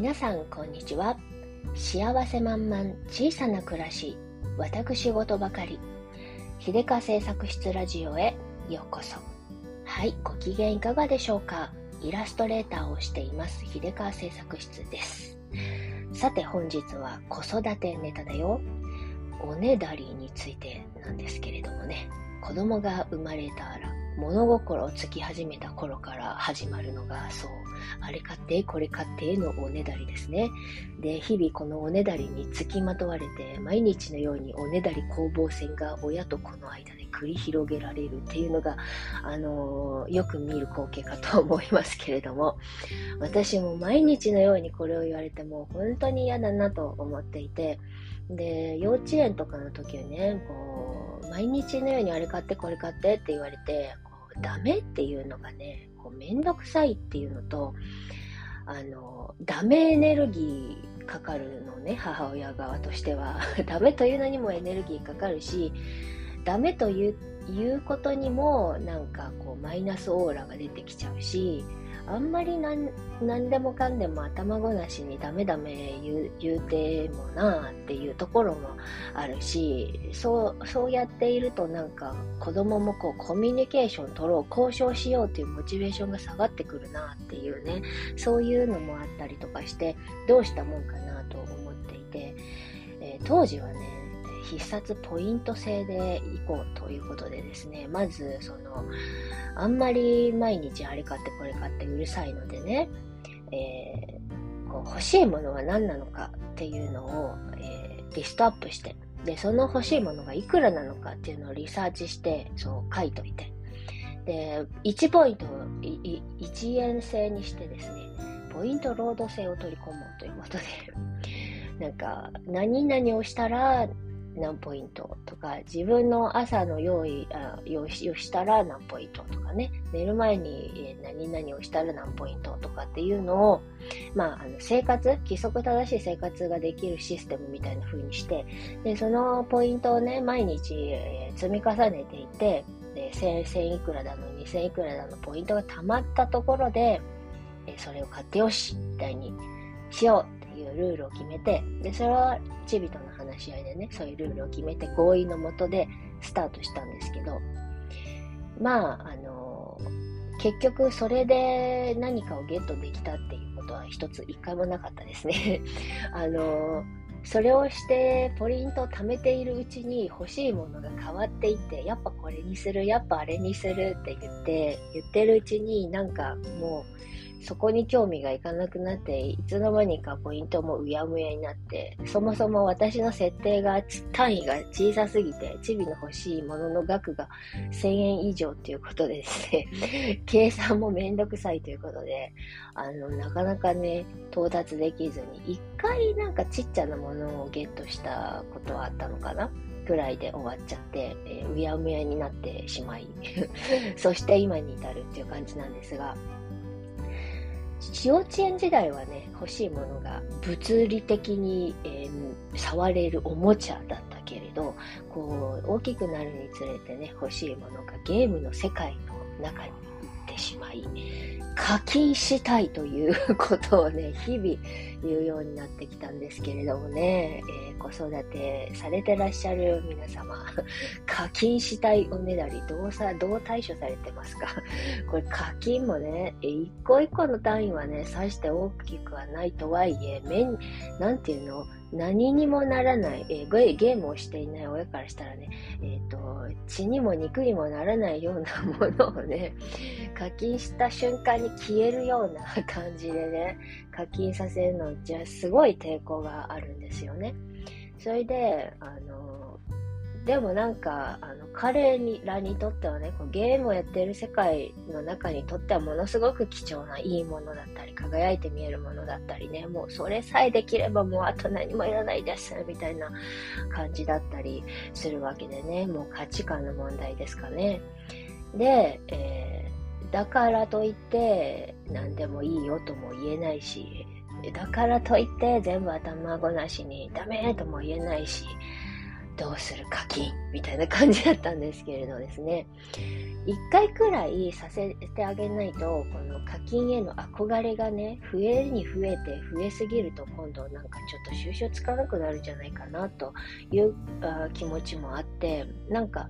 皆さんこんにちは。幸せ満々小さな暮らし、私事ばかり、秀香製作室ラジオへようこそ。はい、ご機嫌いかがでしょうか。イラストレーターをしています秀香製作室です。さて本日は子育てネタだよ。おねだりについてなんですけれどもね、子供が生まれたら物心をつき始めた頃から始まるのが、そう、あれ買ってこれ買ってのおねだりですね。で、日々このおねだりにつきまとわれて、毎日のようにおねだり攻防戦が親と子の間で繰り広げられるっていうのが、よく見る光景かと思いますけれども、私も毎日のようにこれを言われても本当に嫌だなと思っていて、で、幼稚園とかの時はね、毎日のようにあれ買ってこれ買ってって言われて、ダメっていうのがね、めんどくさいっていうのと、ダメエネルギーかかるのね、母親側としては。ダメというのにもエネルギーかかるし、ダメということにもなんかマイナスオーラが出てきちゃうし、あんまり何でもかんでも頭ごなしにダメ言うてもなっていうところもあるし、そうやっているとなんか子供もコミュニケーション取ろう、交渉しようっていうモチベーションが下がってくるなっていうね、そういうのもあったりとかして、どうしたもんかなと思っていて、当時はね、必殺ポイント制で行こうということでですね、まずあんまり毎日あれ買ってこれ買ってうるさいのでね、欲しいものは何なのかっていうのを、リストアップして、でその欲しいものがいくらなのかっていうのをリサーチしてそう書いといて、で1ポイントを1円制にしてですね、ポイントロード制を取り込もうということでなんか何々をしたら何ポイントとか、自分の朝の用意をしたら何ポイントとかね、寝る前に何々をしたら何ポイントとかっていうのを、規則正しい生活ができるシステムみたいな風にして、でそのポイントをね毎日積み重ねていて、で1000いくらだの2000いくらだのポイントが貯まったところで、それを買ってよしみたいにしようっていうルールを決めて、でそれはチビとの話し合いでね、そういうルールを決めて合意のもとでスタートしたんですけど、結局それで何かをゲットできたっていうことは一回もなかったですねそれをしてポイントを貯めているうちに欲しいものが変わっていって、やっぱこれにする、やっぱあれにするって言ってるうちになんかもうそこに興味がいかなくなって、いつの間にかポイントもうやむやになって、そもそも私の設定が単位が小さすぎて、チビの欲しいものの額が1000円以上ということでですね計算もめんどくさいということで、なかなかね到達できずに、一回なんかちっちゃなものをゲットしたことはあったのかなくらいで終わっちゃって、うやむやになってしまいそして今に至るっていう感じなんですが、幼稚園時代はね、欲しいものが物理的に、触れるおもちゃだったけれど、大きくなるにつれてね、欲しいものがゲームの世界の中に行ってしまい、課金したいということをね、日々言うようになってきたんですけれどもね、子育てされてらっしゃる皆様、課金したいおねだり、どう対処されてますか？これ課金もね、一個一個の単位はね、さして大きくはないとはいえ、何にもならない、ゲームをしていない親からしたらね、血にも肉にもならないようなものをね、課金した瞬間に消えるような感じでね、課金させるのじゃすごい抵抗があるんですよね。それで、でもなんか彼らにとってはね、ゲームをやっている世界の中にとってはものすごく貴重ないいものだったり、輝いて見えるものだったりね、もうそれさえできればもうあと何もいらないですみたいな感じだったりするわけでね、もう価値観の問題ですかね。で、だからといって何でもいいよとも言えないし、だからといって全部頭ごなしにダメとも言えないし、どうする課金みたいな感じだったんですけれどですね、 一回くらいさせてあげないと、この課金への憧れがね、増えに増えて、増えすぎると今度なんかちょっと収集つかなくなるんじゃないかなという気持ちもあって、なんか、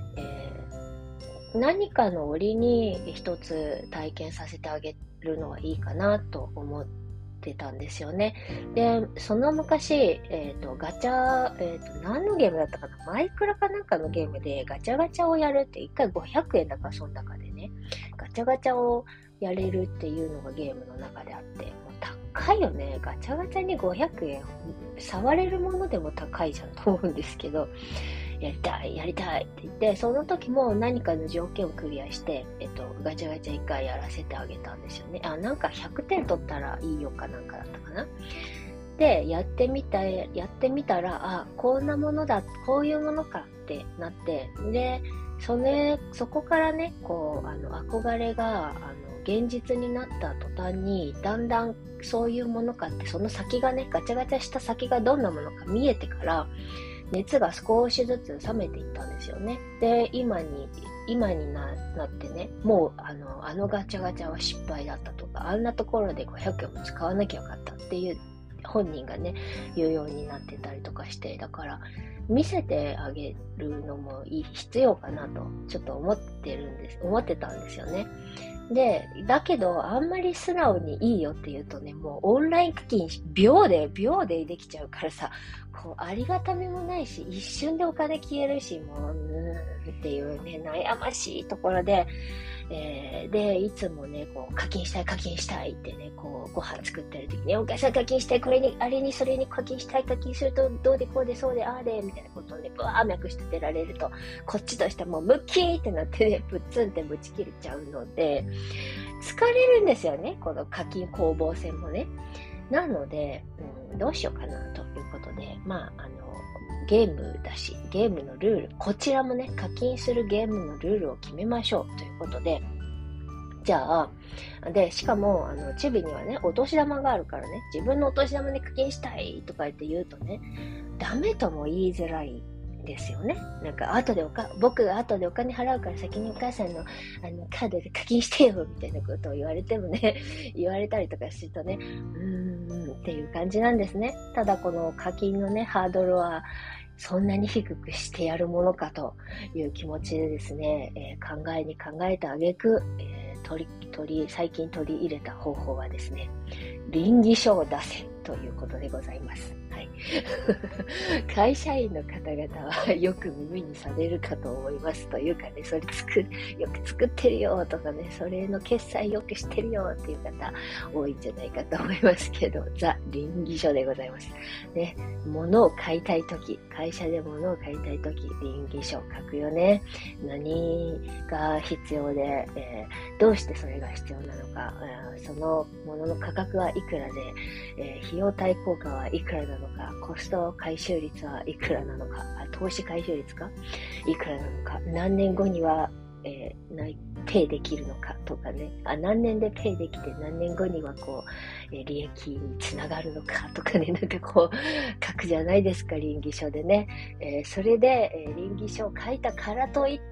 何かの折に一つ体験させてあげるのはいいかなと思ってたんですよね。で、その昔、ガチャ、何のゲームだったかな、マイクラかなんかのゲームでガチャガチャをやるって1回500円だかその中でね、ガチャガチャをやれるっていうのがゲームの中であって、もう高いよね。ガチャガチャに500円。触れるものでも高いじゃんと思うんですけど、やりたい、やりたいって言って、その時も何かの条件をクリアして、ガチャガチャ1回やらせてあげたんですよね。なんか100点取ったらいいよかなんかだったかな。で、やってみたら、こんなものだ、こういうものかってなって、で、そこからね、こう、憧れが、現実になった途端に、だんだんそういうものかって、その先がね、ガチャガチャした先がどんなものか見えてから、熱が少しずつ冷めていったんですよね。で、今になってね、もうあのガチャガチャは失敗だったとか、あんなところで500円も使わなきゃよかったっていう本人がね、言うようになってたりとかして、だから見せてあげるのも必要かなと、ちょっと思ってたんですよね。で、だけど、あんまり素直にいいよって言うとね、もうオンライン課金秒でできちゃうからさ、こう、ありがたみもないし、一瞬でお金消えるし、もう、っていうね、悩ましいところで、で、いつもね、こう、課金したいってね、こう、ご飯作ってる時に、お母さん課金したい、これに、あれに、それに課金したい、課金すると、どうでこうで、そうで、ああで、みたいなことをね、ぶわー脈立てられると、こっちとしてはもう、ムッキーってなってね、ぶっつんってぶち切れちゃうので、疲れるんですよね、この課金攻防戦もね。なので、どうしようかな、ということで、ゲームだし、ゲームのルール、こちらもね、課金するゲームのルールを決めましょうということで、じゃあ、で、しかも、チビにはね、お年玉があるからね、自分のお年玉で課金したいとか言って言うとね、ダメとも言いづらいですよね。なんか、僕が後でお金払うから先にお母さんの、カードで課金してよ、みたいなことを言われてもね、言われたりとかするとね、っていう感じなんですね。ただこの課金のね、ハードルはそんなに低くしてやるものかという気持ちでですね、考えた挙句、最近取り入れた方法はですね、稟議書を出せということでございます。はい。会社員の方々はよく耳にされるかと思いますというかね、それよく作ってるよとかね、それの決済よくしてるよっていう方多いんじゃないかと思いますけど、稟議書でございます。ね、物を買いたいとき、会社で物を買いたいとき、稟議書を書くよね。何が必要で、どうしてそれが必要なのか、そのものの価格はいくらで、費用対効果はいくらなのか、コスト回収率はいくらなのか、投資回収率かいくらなのか、何年後には、ペイできるのかとかね、何年でペイできて何年後にはこう、利益につながるのかとかね、なんかこう書くじゃないですか、稟議書でね。それで、稟議書を書いたからといって、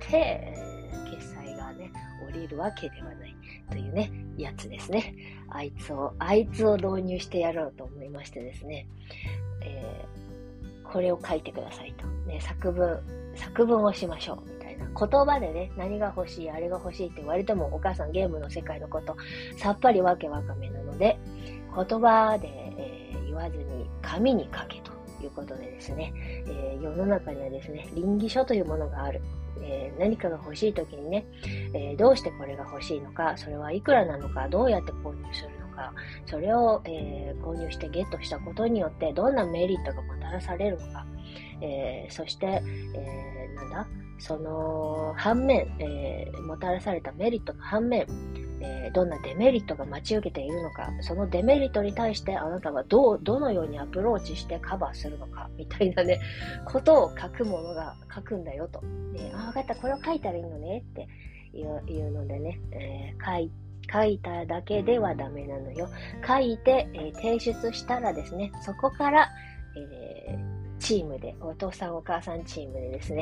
決済がね降りるわけではないというねやつですね。あいつを導入してやろうと思いましてですね、これを書いてくださいと、ね、作文をしましょうみたいな言葉でね、何が欲しいあれが欲しいって言われても、お母さんゲームの世界のことさっぱりわけわかめなので、言葉で、言わずに紙に書けということでですね、世の中にはですね、稟議書というものがある。何かが欲しいときにね、どうしてこれが欲しいのか、それはいくらなのか、どうやって購入するのか、それを、購入してゲットしたことによってどんなメリットがもたらされるのか、そして、その反面、もたらされたメリットの反面、どんなデメリットが待ち受けているのか、そのデメリットに対してあなたはどのようにアプローチしてカバーするのかみたいなね、ことを書くんだよと。分かった、これを書いたらいいのねっていうのでね、書いただけではダメなのよ。書いて、提出したらですね、そこから、チームで、お父さんお母さんチームでですね、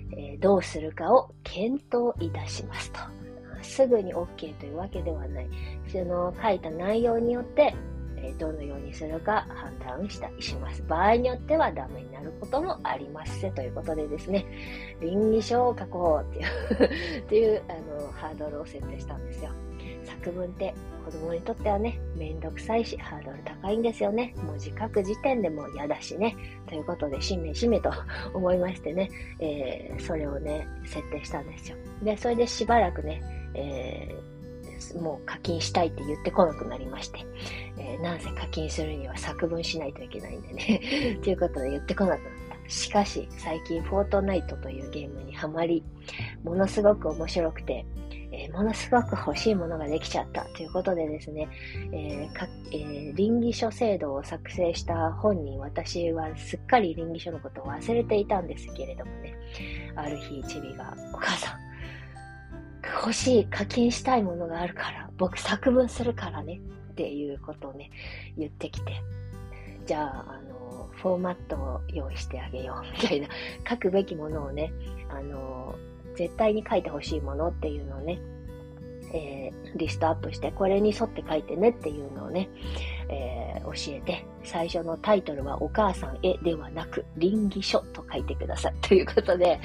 どうするかを検討いたしますと。すぐに OK というわけではない。その書いた内容によって、どのようにするか判断します。場合によってはダメになることもありますということでですね、倫理書を書こうっていうハードルを設定したんですよ。作文って子供にとってはね、めんどくさいし、ハードル高いんですよね。文字書く時点でも嫌だしね。ということで、しめしめと思いましてね、それをね、設定したんですよ。で、それでしばらくね、もう課金したいって言ってこなくなりまして、なんせ課金するには作文しないといけないんでねということで言ってこなくなった。しかし最近フォートナイトというゲームにハマり、ものすごく面白くて、ものすごく欲しいものができちゃったということでですね、倫理書制度を作成した本人、私はすっかり倫理書のことを忘れていたんですけれどもね、ある日チビが、お母さん欲しい、課金したいものがあるから僕作文するからねっていうことをね言ってきて、じゃあフォーマットを用意してあげようみたいな、書くべきものをね絶対に書いてほしいものっていうのをね、リストアップして、これに沿って書いてねっていうのをね、教えて、最初のタイトルはお母さんへではなく倫理書と書いてくださいということで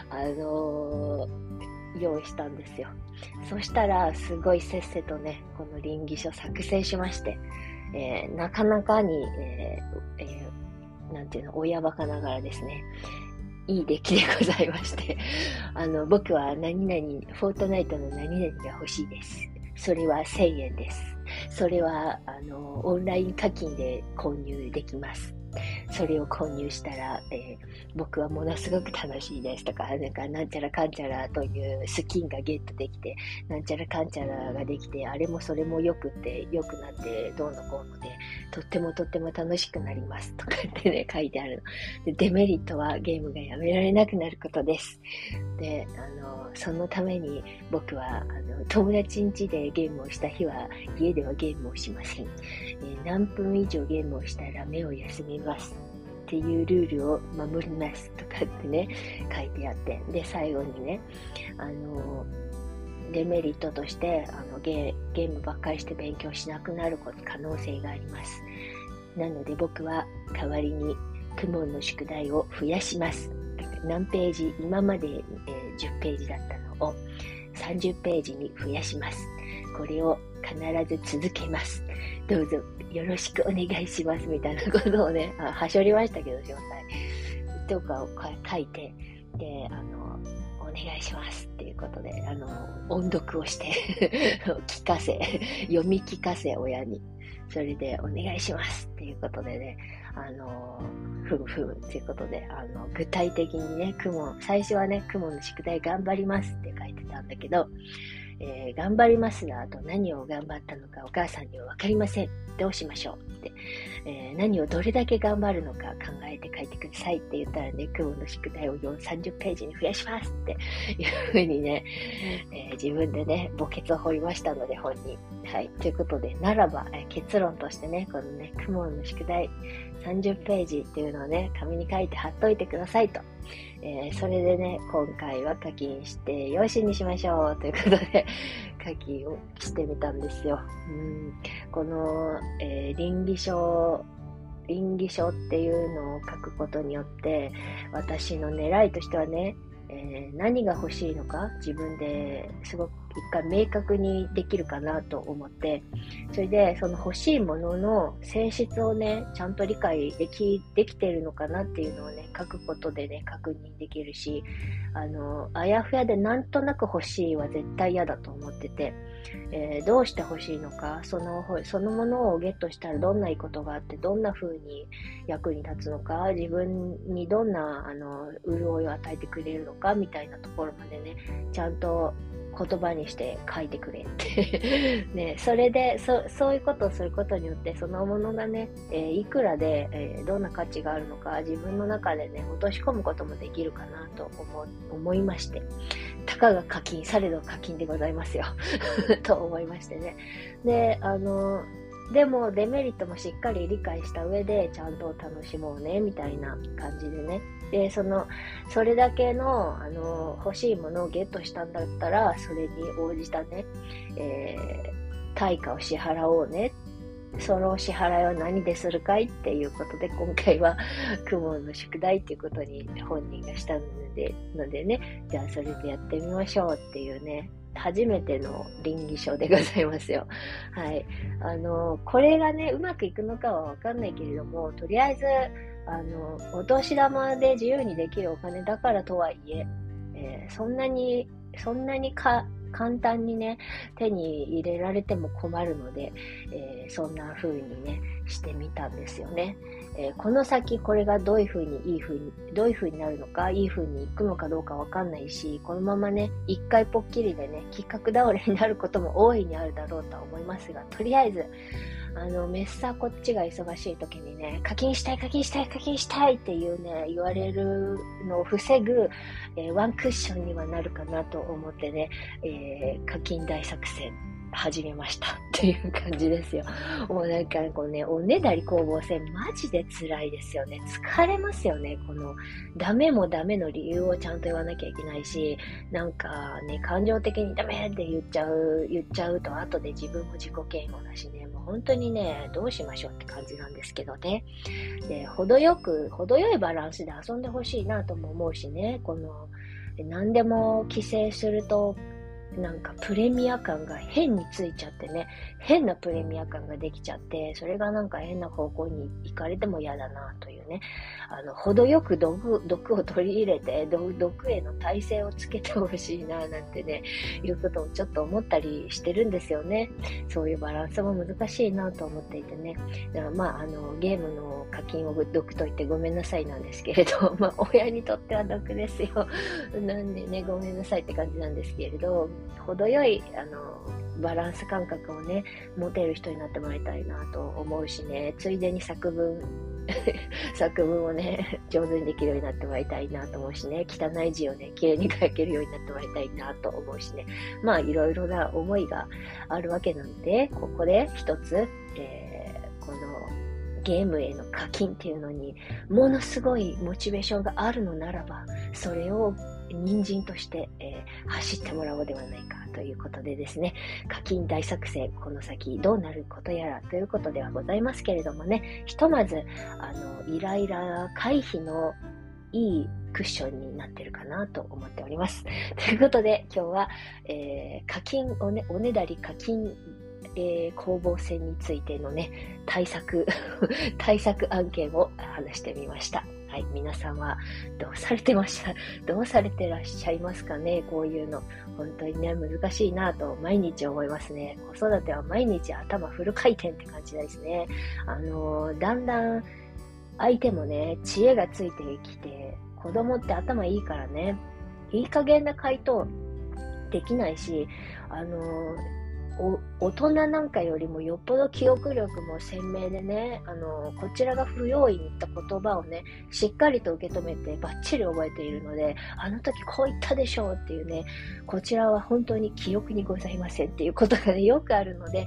用意したんですよ。そしたらすごいせっせとねこの倫理書作成しまして、なかなかに、なんていうの、親バカながらですね、いい出来でございまして僕は何々フォートナイトの何々が欲しいです。それは1000円です。それはオンライン課金で購入できます。それを購入したら、僕はものすごく楽しいですとか、なんちゃらかんちゃらというスキンがゲットできて、なんちゃらかんちゃらができて、あれもそれも良くなってどうのこうので、とっても楽しくなりますとかってね書いてあるので、デメリットはゲームがやめられなくなることです。でそのために僕は友達ん家でゲームをした日は家ではゲームをしません。何分以上ゲームをしたら目を休めますっていうルールを守りますとかってね書いてあって、で最後にねデメリットとしてゲームばっかりして勉強しなくなる可能性があります。なので僕は代わりにクモンの宿題を増やします。何ページ、今まで、10ページだったのを30ページに増やします。これを必ず続けます。どうぞよろしくお願いしますみたいなことをね、はしょりましたけど、詳細とかを書いて、で、お願いしますっていうことで、音読をして読み聞かせ親に。それでお願いしますっていうことでね、ふむっていうことで、具体的にね、最初はね、クモの宿題頑張りますって書いてたんだけど、頑張りますの後何を頑張ったのかお母さんには分かりません。どうしましょうって、何をどれだけ頑張るのか考えて書いてくださいって言ったらね、クモの宿題を30ページに増やしますっていうふうにね、自分でね、墓穴を掘りましたので本人。はい。ということで、ならば、結論としてね、このね、クモの宿題30ページっていうのをね、紙に書いて貼っといてくださいと。それでね、今回は課金してよしにしましょうということで課金をしてみたんですよ。この、倫理書っていうのを書くことによって私の狙いとしてはね、何が欲しいのか自分ですごく一回明確にできるかなと思って、それでその欲しいものの性質をねちゃんと理解できているのかなっていうのをね書くことでね確認できるし、あやふやでなんとなく欲しいは絶対嫌だと思ってて、どうして欲しいのか、そのものをゲットしたらどんないいことがあってどんな風に役に立つのか、自分にどんな潤いを与えてくれるのかみたいなところまでねちゃんと言葉にして書いてくれってね、それでそういうことをすることによってそのものがね、いくらで、どんな価値があるのか自分の中でね落とし込むこともできるかなと思いまして、たかが課金されど課金でございますよと思いましてね。ででもデメリットもしっかり理解した上でちゃんと楽しもうねみたいな感じでね、 で、それだけの、欲しいものをゲットしたんだったら、それに応じたね、対価を支払おうね。その支払いは何でするかいっていうことで、今回はクモンの宿題っていうことに本人がしたのでね、じゃあそれでやってみましょうっていうね、初めての稟議書でございますよ。はい。これがね、うまくいくのかはわかんないけれども、とりあえず、お年玉で自由にできるお金だからとはいえ、そんなに簡単にね、手に入れられても困るので、そんな風にね、してみたんですよね。この先これがどういう風になるのか、いい風にいくのかどうかわかんないし、このままね、一回ぽっきりでね、企画倒れになることも大いにあるだろうとは思いますが、とりあえず、めっさこっちが忙しい時にね、課金したいっていうね、言われるのを防ぐ、ワンクッションにはなるかなと思ってね、課金大作戦始めましたっていう感じですよ。もうなんかこうね、おねだり攻防戦マジで辛いですよね。疲れますよね。このダメもダメの理由をちゃんと言わなきゃいけないし、なんかね、感情的にダメって言っちゃうと後で自分も自己嫌悪だしね、もう本当にね、どうしましょうって感じなんですけどね。で、程よいバランスで遊んでほしいなとも思うしね、何でも規制するとなんかプレミア感が変についちゃってね、変なプレミア感ができちゃって、それがなんか変な方向に行かれても嫌だなというね、程よく毒を取り入れて、毒への耐性をつけてほしいななんてね、いうことをちょっと思ったりしてるんですよね。そういうバランスも難しいなと思っていてね。だからゲームの課金を毒と言ってごめんなさいなんですけれど、親にとっては毒ですよ。なんでね、ごめんなさいって感じなんですけれど、程よいバランス感覚をね持てる人になってもらいたいなと思うしね、ついでに作文をね上手にできるようになってもらいたいなと思うしね、汚い字をね綺麗に書けるようになってもらいたいなと思うしね、いろいろな思いがあるわけなので、ここで一つ、このゲームへの課金っていうのにものすごいモチベーションがあるのならば、それを人参として、走ってもらおうではないかということでですね、課金大作戦、この先どうなることやらということではございますけれどもね、ひとまずイライラ回避のいいクッションになってるかなと思っております。ということで今日は、課金おねだり課金攻防戦についてのね、対策案件を話してみました。はい、皆さんはどうされてらっしゃいますかね。こういうの本当にね難しいなと毎日思いますね。子育ては毎日頭フル回転って感じですね。だんだん相手もね知恵がついてきて、子供って頭いいからね、いい加減な回答できないし、大人なんかよりもよっぽど記憶力も鮮明でね、こちらが不用意に言った言葉をねしっかりと受け止めてバッチリ覚えているので、あの時こう言ったでしょうっていうね、こちらは本当に記憶にございませんっていうことがねよくあるので、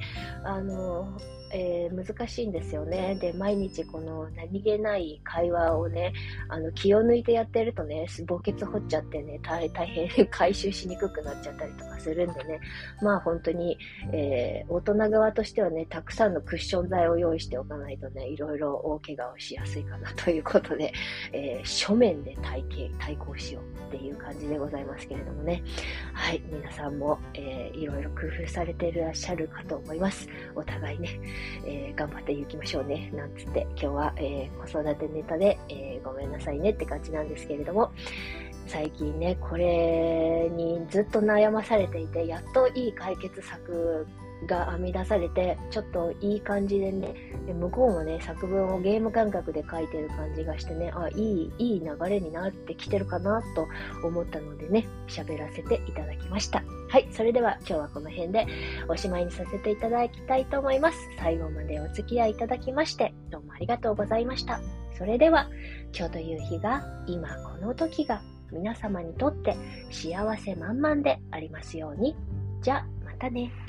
難しいんですよね。で、毎日この何気ない会話をね、気を抜いてやってるとね、墓穴掘っちゃってね、大変回収しにくくなっちゃったりとかするんでね、本当に、大人側としてはね、たくさんのクッション材を用意しておかないとね、いろいろ大怪我をしやすいかなということで、書面で対抗しようっていう感じでございますけれどもね。はい、皆さんも、いろいろ工夫されていらっしゃるかと思います。お互いね、頑張っていきましょうねなんつって今日は、子育てネタで、ごめんなさいねって感じなんですけれども、最近ねこれにずっと悩まされていて、やっといい解決策が編み出されて、ちょっといい感じでね、向こうもね作文をゲーム感覚で書いてる感じがしてね、いい流れになってきてるかなと思ったのでね、喋らせていただきました。はい、それでは今日はこの辺でおしまいにさせていただきたいと思います。最後までお付き合いいただきましてどうもありがとうございました。それでは今日という日が、今この時が皆様にとって幸せ満々でありますように。じゃあまたね。